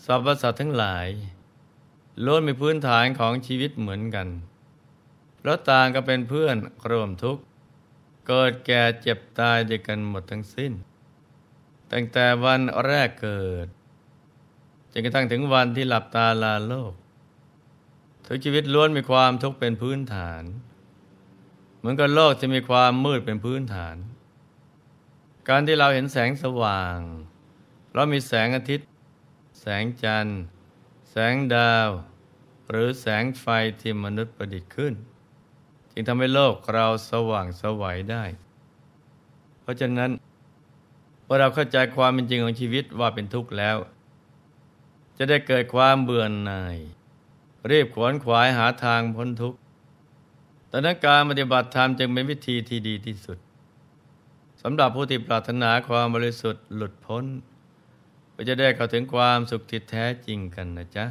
สรรพสัตว์ทั้งหลายล้วนมีพื้นฐานของชีวิตเหมือนกันเพราะต่างก็เป็นเพื่อนร่วมทุกข์เกิดแก่เจ็บตายด้วยกันหมดทั้งสิ้นตั้งแต่วันแรกเกิดจนกระทั่งถึงวันที่หลับตาลาโลกทุกชีวิตล้วนมีความทุกข์เป็นพื้นฐานเหมือนกับโลกที่มีความมืดเป็นพื้นฐานการที่เราเห็นแสงสว่างเพราะมีแสงอาทิตย์แสงจันทร์แสงดาวหรือแสงไฟที่มนุษย์ประดิษฐ์ขึ้นจึงทำให้โลกเราสว่างไสวได้เพราะฉะนั้นเมื่อเราเข้าใจความเป็นจริงของชีวิตว่าเป็นทุกข์แล้วจะได้เกิดความเบื่อหน่ายรีบขวนขวายหาทางพ้นทุกข์ดังนั้นการปฏิบัติธรรมจึงเป็นวิธีที่ดีที่สุดสำหรับผู้ที่ปรารถนาความบริสุทธิ์หลุดพ้นเพื่อจะได้เข้าถึงความสุขที่แท้จริงกันนะจ๊ะ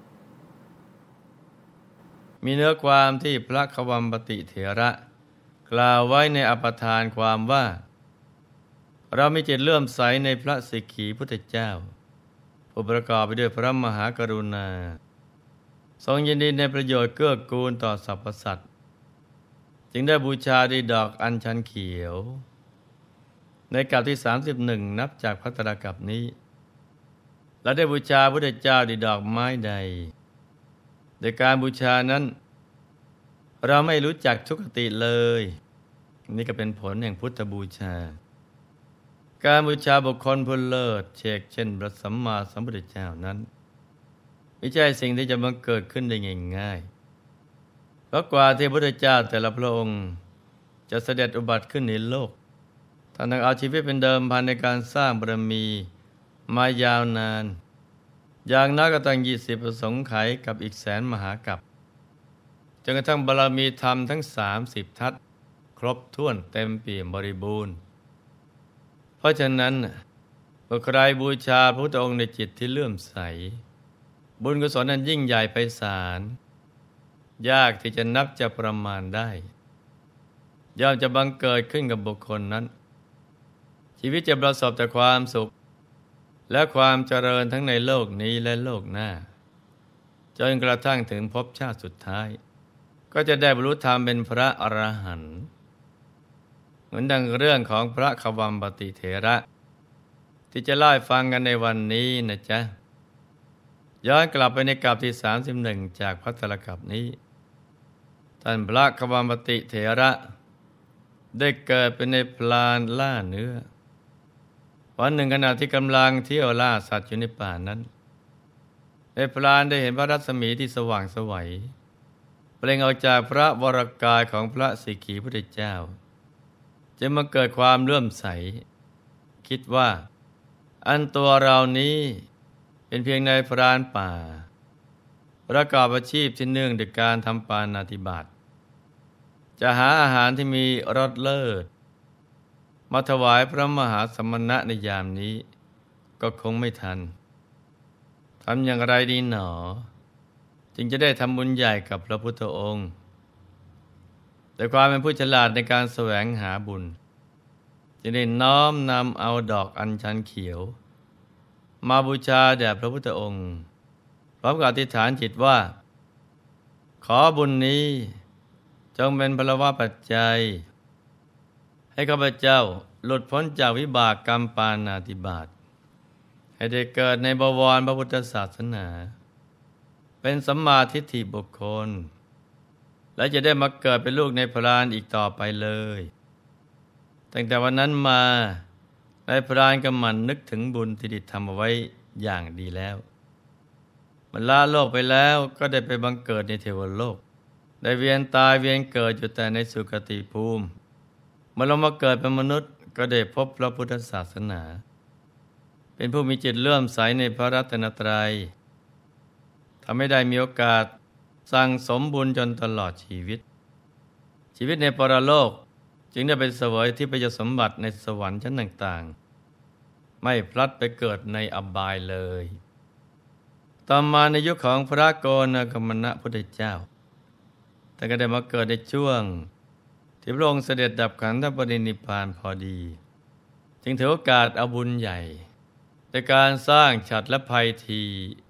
มีเนื้อความที่พระขวัมปติเถระกล่าวไว้ในอปทานความว่าเรามีจิตเลื่อมใสในพระสิกขีพุทธเจ้าผู้ประกอบไปด้วยพระมหากรุณาทรงยินดีในประโยชน์เกื้อกูลต่อสรรพสัตว์จึงได้บูชาด้วยดอกอัญชันเขียวในกาลที่31นับจากภัตตกัปนี้และได้บูชาพระพุทธเจ้าด้วยดอกไม้ใดโดยการบูชานั้นเราไม่รู้จักทุกขติเลยนี่ก็เป็นผลแห่งพุทธบูชาการบูชาบุคคลผู้เลิศเชกเช่นพระสัมมาสัมพุทธเจ้านั้นไม่ใช่สิ่งที่จะบังเกิดขึ้นได้ง่ายๆเพราะกว่าที่พระพุทธเจ้าแต่ละพระองค์จะเสด็จอุบัติขึ้นในโลกท่านต้องเอาชีวิตเป็นเดิมพันในการสร้างบารมีมายาวนานอย่างน้อยก็ต้อง20ประสงค์ไขกับอีก100,000 มหากัปจนกระทั่งบารมีธรรมทั้ง30ทัศครบถ้วนเต็มเปี่ยมบริบูรณ์เพราะฉะนั้นเมื่อใครบูชาพระพุทธองค์ในจิตที่เลื่อมใสบุญกุศลนั้นยิ่งใหญ่ไพศาลยากที่จะนับจะประมาณได้ย่อมจะบังเกิดขึ้นกับบุคคลนั้นชีวิตจะประสบแต่ความสุขและความเจริญทั้งในโลกนี้และโลกหน้าจนกระทั่งถึงภพชาติสุดท้ายก็จะได้บรรลุธรรมเป็นพระอรหันต์เหมือนดังเรื่องของพระขวัมปติเถระที่จะเล่าให้ฟังกันในวันนี้นะจ๊ะย้อนกลับไปในกัปที่31จากภัตตกัปนี้ท่านพระขวัมปติเถระได้เกิดเป็นในพรานล่าเนื้อวันหนึ่งขณะที่กำลังเที่ยวล่าสัตว์อยู่ในป่านั้นในพรานได้เห็นพระรัศมีที่สว่างไสวเปล่งออกจากพระวรกายของพระสิกขีพุทธเจ้าจะมาเกิดความเลื่อมใสคิดว่าอันตัวเรานี้เป็นเพียงนายพรานป่าประกอบอาชีพที่เนื่องด้วยการทำปาณาติบาตจะหาอาหารที่มีรสเลิศมาถวายพระมหาสมณะในยามนี้ก็คงไม่ทันทำอย่างไรดีหนอจึงจะได้ทำบุญใหญ่กับพระพุทธองค์แต่ความเป็นผู้ฉลาดในการแสวงหาบุญจึงได้น้อมนำเอาดอกอัญชันเขียวมาบูชาแด่พระพุทธองค์พร้อมกับอธิษฐานจิตว่าขอบุญนี้จงเป็นพลวะปัจจัยให้ข้าพเจ้าหลุดพ้นจากวิบากกรรมปาณาติบาตให้ได้เกิดในบวรพระพุทธศาสนาเป็นสัมมาทิฏฐิบุคคลและจะได้มาเกิดเป็นลูกในพรานอีกต่อไปเลยตั้งแต่วันนั้นมานายพรานก็หมั่นนึกถึงบุญที่ได้ทำเอาไว้อย่างดีแล้วมันละโลกไปแล้วก็ได้ไปบังเกิดในเทวโลกได้เวียนตายเวียนเกิดอยู่แต่ในสุคติภูมิเมื่อลงมาเกิดเป็นมนุษย์ก็ได้พบพระพุทธศาสนาเป็นผู้มีจิตเลื่อมใสในพระรัตนตรัยทำให้ได้มีโอกาสสั่งสมบุญจนตลอดชีวิตในปรโลกจึงได้ไปเสวยที่พยสมบัติในสวรรค์ชั้นต่างๆไม่พลัดไปเกิดในอบายเลยต่อมาในยุคของพระโกนกัมมนะพุทธเจ้าท่านก็ได้มาเกิดในช่วงที่พระองค์เสด็จดับขันธปรินิพพานพอดีจึงถือโอกาสเอาบุญใหญ่ในการสร้างฉัตรและภัยที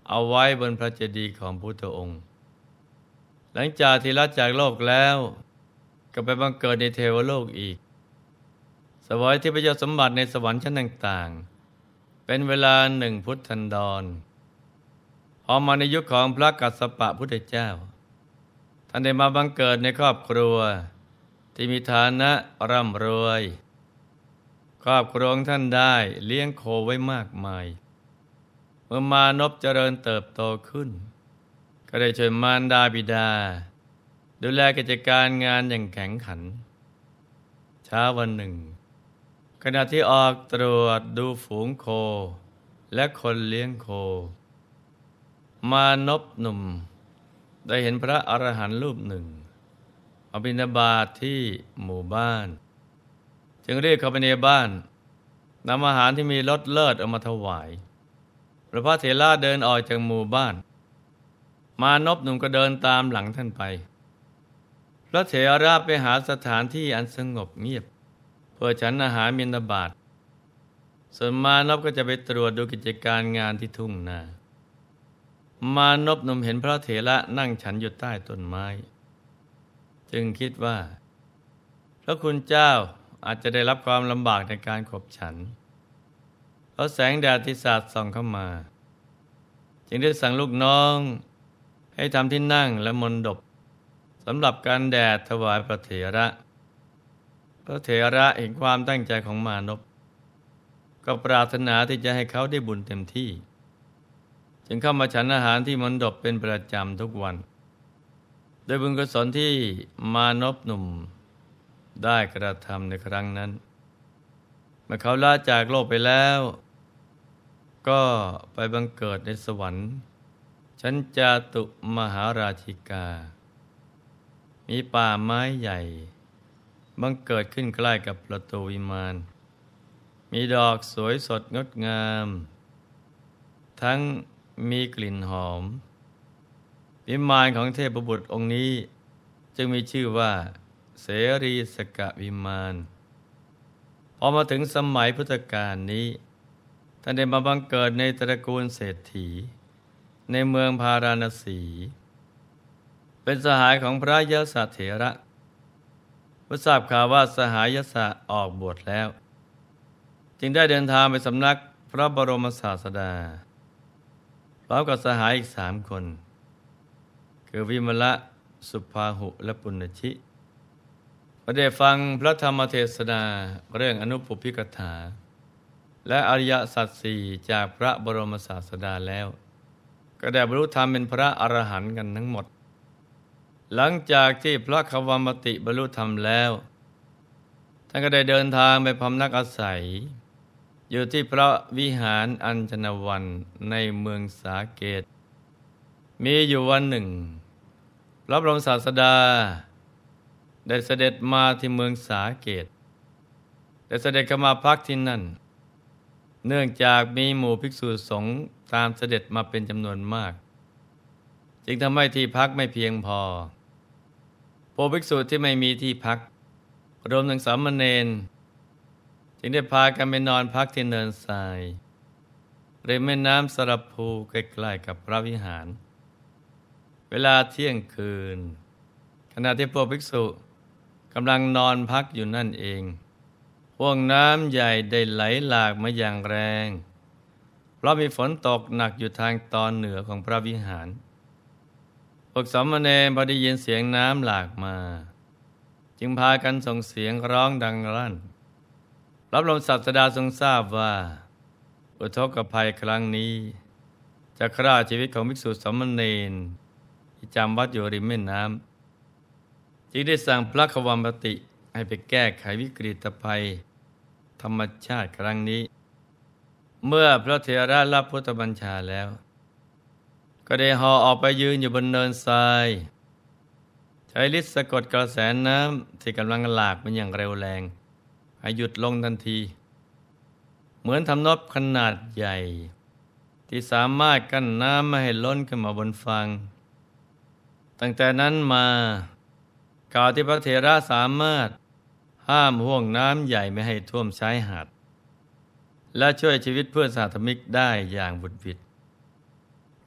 เอาไว้บนพระเจดีย์ของพุทธองค์ หลังจากที่ละจากโลกแล้วก็ไปบังเกิดในเทวโลกอีกเสวยที่พระยศสมบัติในสวรรค์ชั้นต่างๆเป็นเวลา1 พุทธันดรพอมาในยุคของพระกัสสปะพุทธเจ้าท่านได้มาบังเกิดในครอบครัวที่มีฐานะร่ำรวยครอบครัวของท่านได้เลี้ยงโคไว้มากมายเมื่อมานพเจริญเติบโตขึ้นก็ได้ช่วยมารดาบิดาดูแลกิจการงานอย่างแข็งขันเช้าวันหนึ่งขณะที่ออกตรวจดูฝูงโคและคนเลี้ยงโคมานพหนุ่มได้เห็นพระอรหันต์รูปหนึ่งมาบิณฑบาตที่หมู่บ้านจึงรีบเข้าไปในบ้านนำอาหารที่มีรสเลิศเอามาถวายพระเถระเดินออกจากหมู่บ้านมานพหนุ่มก็เดินตามหลังท่านไปพระเถระไปหาสถานที่อันสงบเงียบเพื่อฉันอาหารบิณฑบาตส่วนมานพก็จะไปตรวจดูกิจการงานที่ทุ่งนามานพหนุ่มเห็นพระเถระนั่งฉันอยู่ใต้ต้นไม้จึงคิดว่าพระคุณเจ้าอาจจะได้รับความลำบากในการขบฉันเพราะแสงแดดที่สาดส่องเข้ามาจึงได้สั่งลูกน้องให้ทำที่นั่งและมณฑปสำหรับการแดดถวายพระเถระพระเถระเห็นความตั้งใจของมานพก็ปรารถนาที่จะให้เขาได้บุญเต็มที่จึงเข้ามาฉันอาหารที่มณฑปเป็นประจำทุกวันโดยบุญกุศลที่มานพหนุ่มได้กระทำในครั้งนั้นเมื่อเขาลาจากโลกไปแล้วก็ไปบังเกิดในสวรรค์ชั้นจาตุมหาราชิกามีป่าไม้ใหญ่บังเกิดขึ้นใกล้กับประตูวิมานมีดอกสวยสดงดงามทั้งมีกลิ่นหอมวิมานของเทพบุตรองค์นี้จึงมีชื่อว่าเสรีสกวิมานพอมาถึงสมัยพุทธกาลนี้ท่านได้มาบังเกิดในตระกูลเศรษฐีในเมืองพาราณสีเป็นสหายของพระยศเถระเมื่อทราบข่าวว่าสหายยศออกบวชแล้วจึงได้เดินทางไปสำนักพระบรมศาสดาพร้อมกับสหายอีก3 คนคือวิมละสุภาหุและปุณณชิพอได้ฟังพระธรรมเทศนาเรื่องอนุปุพพิกถาและอริยสัจ 4จากพระบรมศาสดาแล้วก็ได้บรรลุธรรมเป็นพระอรหันต์กันทั้งหมดหลังจากที่พระขวัมมติบรรลุธรรมแล้วท่านก็ได้เดินทางไปพำนักอาศัยอยู่ที่พระวิหารอัญชนวันในเมืองสาเกตมีอยู่วันหนึ่งพระบรมศาสดาได้เสด็จมาที่เมืองสาเกตได้เสด็จเข้ามาพักที่นั่นเนื่องจากมีหมู่ภิกษุสงฆ์ตามเสด็จมาเป็นจำนวนมากจึงทำให้ที่พักไม่เพียงพอพวกภิกษุที่ไม่มีที่พักรวมถึงสามเณรจึงได้พากันไปนอนพักที่เนินทรายริมแม่น้ำสระภูใกล้ๆกับพระวิหารเวลาเที่ยงคืนขณะที่พวกภิกษุกำลังนอนพักอยู่นั่นเองห่วงน้ำใหญ่ได้ไหลหลากมาอย่างแรงเพราะมีฝนตกหนักอยู่ทางตอนเหนือของพระวิหารพวกสามเณรพอได้ยินเสียงน้ำหลากมาจึงพากันส่งเสียงร้องดังลั่นพระบรมศาสดาทรงทราบว่าอุทกภัยครั้งนี้จะฆ่าชีวิตของภิกษุสามเณรที่จำวัดอยู่ริมแม่น้ำจึงได้สั่งพระขวัมมติให้ไปแก้ไขวิกฤตภัยธรรมชาติครั้งนี้เมื่อพระเถระรับพุทธบัญชาแล้วก็ได้ห่อออกไปยืนอยู่บนเนินทรายใช้ฤทธิ์สะกดกระแสน้ำที่กำลังหลากมันอย่างเร็วแรงให้หยุดลงทันทีเหมือนทำนบขนาดใหญ่ที่สามารถกั้นน้ำไม่ให้ล้นขึ้นมาบนฝั่งตั้งแต่นั้นมาข่าวที่พระเถระสามารถห้ามห่วงน้ำใหญ่ไม่ให้ท่วมชายหาดและช่วยชีวิตเพื่อนสาธมิกได้อย่างบุดหวิด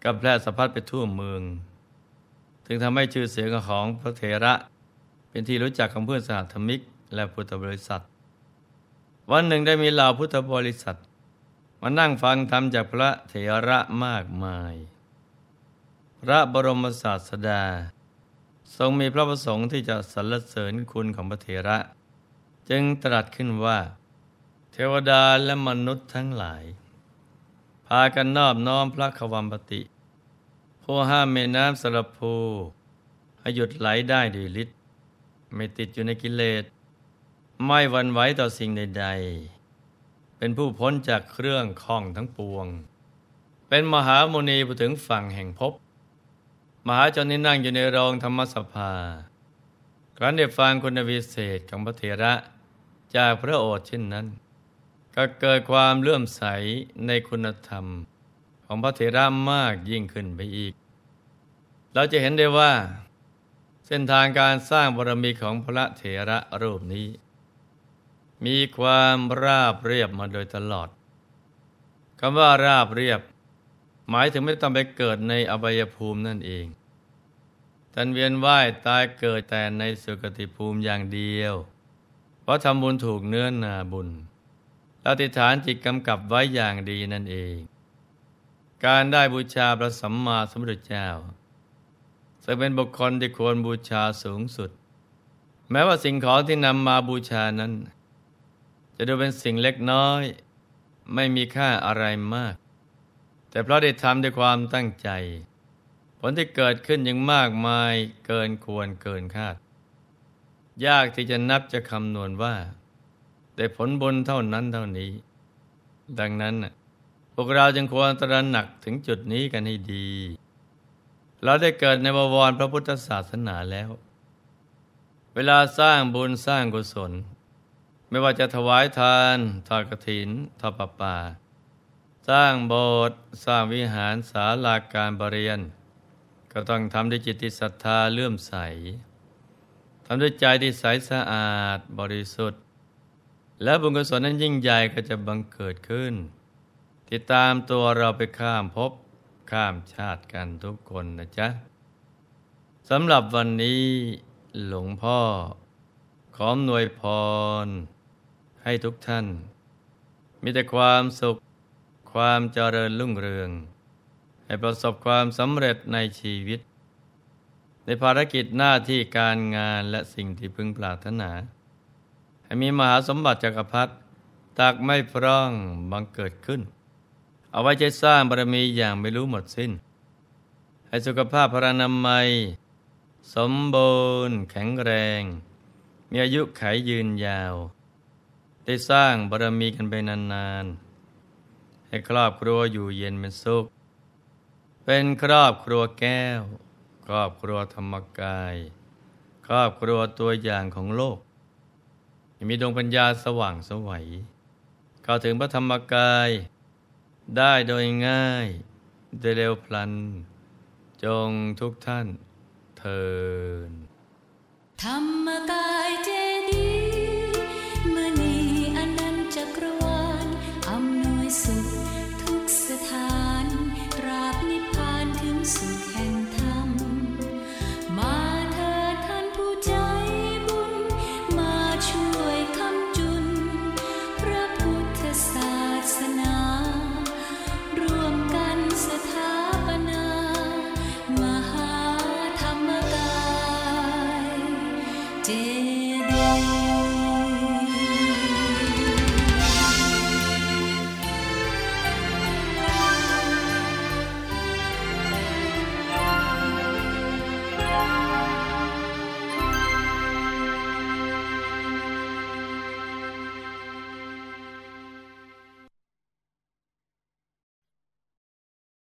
ก็แพร่สะพัดไปทั่วเมืองถึงทำให้ชื่อเสียงของพระเถระเป็นที่รู้จักของเพื่อนสหธรรมิกและพุทธบริษัทวันหนึ่งได้มีเหล่าพุทธบริษัทมานั่งฟังธรรมจากพระเถระมากมายพระบรมศาสดาทรงมีพระประสงค์ที่จะสรรเสริญคุณของพระเถระจึงตรัสขึ้นว่าเทวดาและมนุษย์ทั้งหลายพากันนอบน้อมพระขวัมปติผู้ห้ามแม่น้ำสรภูให้หยุดไหลได้ด้วยฤทธิ์ไม่ติดอยู่ในกิเลสไม่หวั่นไหวต่อสิ่งใดๆเป็นผู้พ้นจากเครื่องข้องทั้งปวงเป็นมหามุนีผู้ถึงฝั่งแห่งภพมหาชนที่นั่งอยู่ในโรงธรรมสภาครั้นได้ฟังคุณวิเศษของพระเถระจากพระโอษฐ์เช่นนั้นก็เกิดความเลื่อมใสในคุณธรรมของพระเถระมากยิ่งขึ้นไปอีกเราจะเห็นได้ว่าเส้นทางการสร้างบารมีของพระเถระรูปนี้มีความราบเรียบมาโดยตลอดคำว่าราบเรียบหมายถึงไม่ต้องไปเกิดในอบายภูมินั่นเองท่านเวียนว่ายตายเกิดแต่ในสุคติภูมิอย่างเดียวเพราะทำบุญถูกเนื้อนาบุญอธิษฐานจิตกำกับไว้อย่างดีนั่นเองการได้บูชาพระสัมมาสัมพุทธเจ้าซึ่งเป็นบุคคลที่ควรบูชาสูงสุดแม้ว่าสิ่งของที่นำมาบูชานั้นจะดูเป็นสิ่งเล็กน้อยไม่มีค่าอะไรมากแต่เพราะได้ทำด้วยความตั้งใจผลที่เกิดขึ้นยังมากมายเกินควรเกินคาดยากที่จะนับจะคำนวณว่าได้ผลบุญเท่านั้นเท่านี้ดังนั้นพวกเราจึงควรตระหนักถึงจุดนี้กันให้ดีเราได้เกิดในบวรพระพุทธศาสนาแล้วเวลาสร้างบุญสร้างกุศลไม่ว่าจะถวายทานทอดกฐินทอดผ้าป่าสร้างโบสถ์สร้างวิหารศาลาการประเรียนก็ต้องทำด้วยจิตที่ศรัทธาเลื่อมใสทำด้วยใจที่ใสสะอาดบริสุทธิ์และบุญกุศลนั้นยิ่งใหญ่ก็จะบังเกิดขึ้นที่ตามตัวเราไปข้ามภพข้ามชาติกันทุกคนนะจ๊ะสำหรับวันนี้หลวงพ่อขออำนวยพรให้ทุกท่านมีแต่ความสุขความเจริญรุ่งเรืองให้ประสบความสำเร็จในชีวิตในภารกิจหน้าที่การงานและสิ่งที่พึงปรารถนาให้มีมหาสมบัติจักรพรรดิตักไม่พร่องบังเกิดขึ้นเอาไว้ใจสร้างบารมีอย่างไม่รู้หมดสิ้นให้สุขภาพพรรณนามัยสมบูรณ์แข็งแรงมีอายุขัยยืนยาวได้สร้างบารมีกันไปนานๆให้ครอบครัวอยู่เย็นเป็นสุขเป็นครอบครัวแก้วครอบครัวธรรมกายครอบครัวตัวอย่างของโลกมีดวงปัญญาสว่างไสวเข้าถึงพระธรรมกายได้โดยง่ายโดยเร็วพลันจงทุกท่านเทอญธรรมกายเจดีย์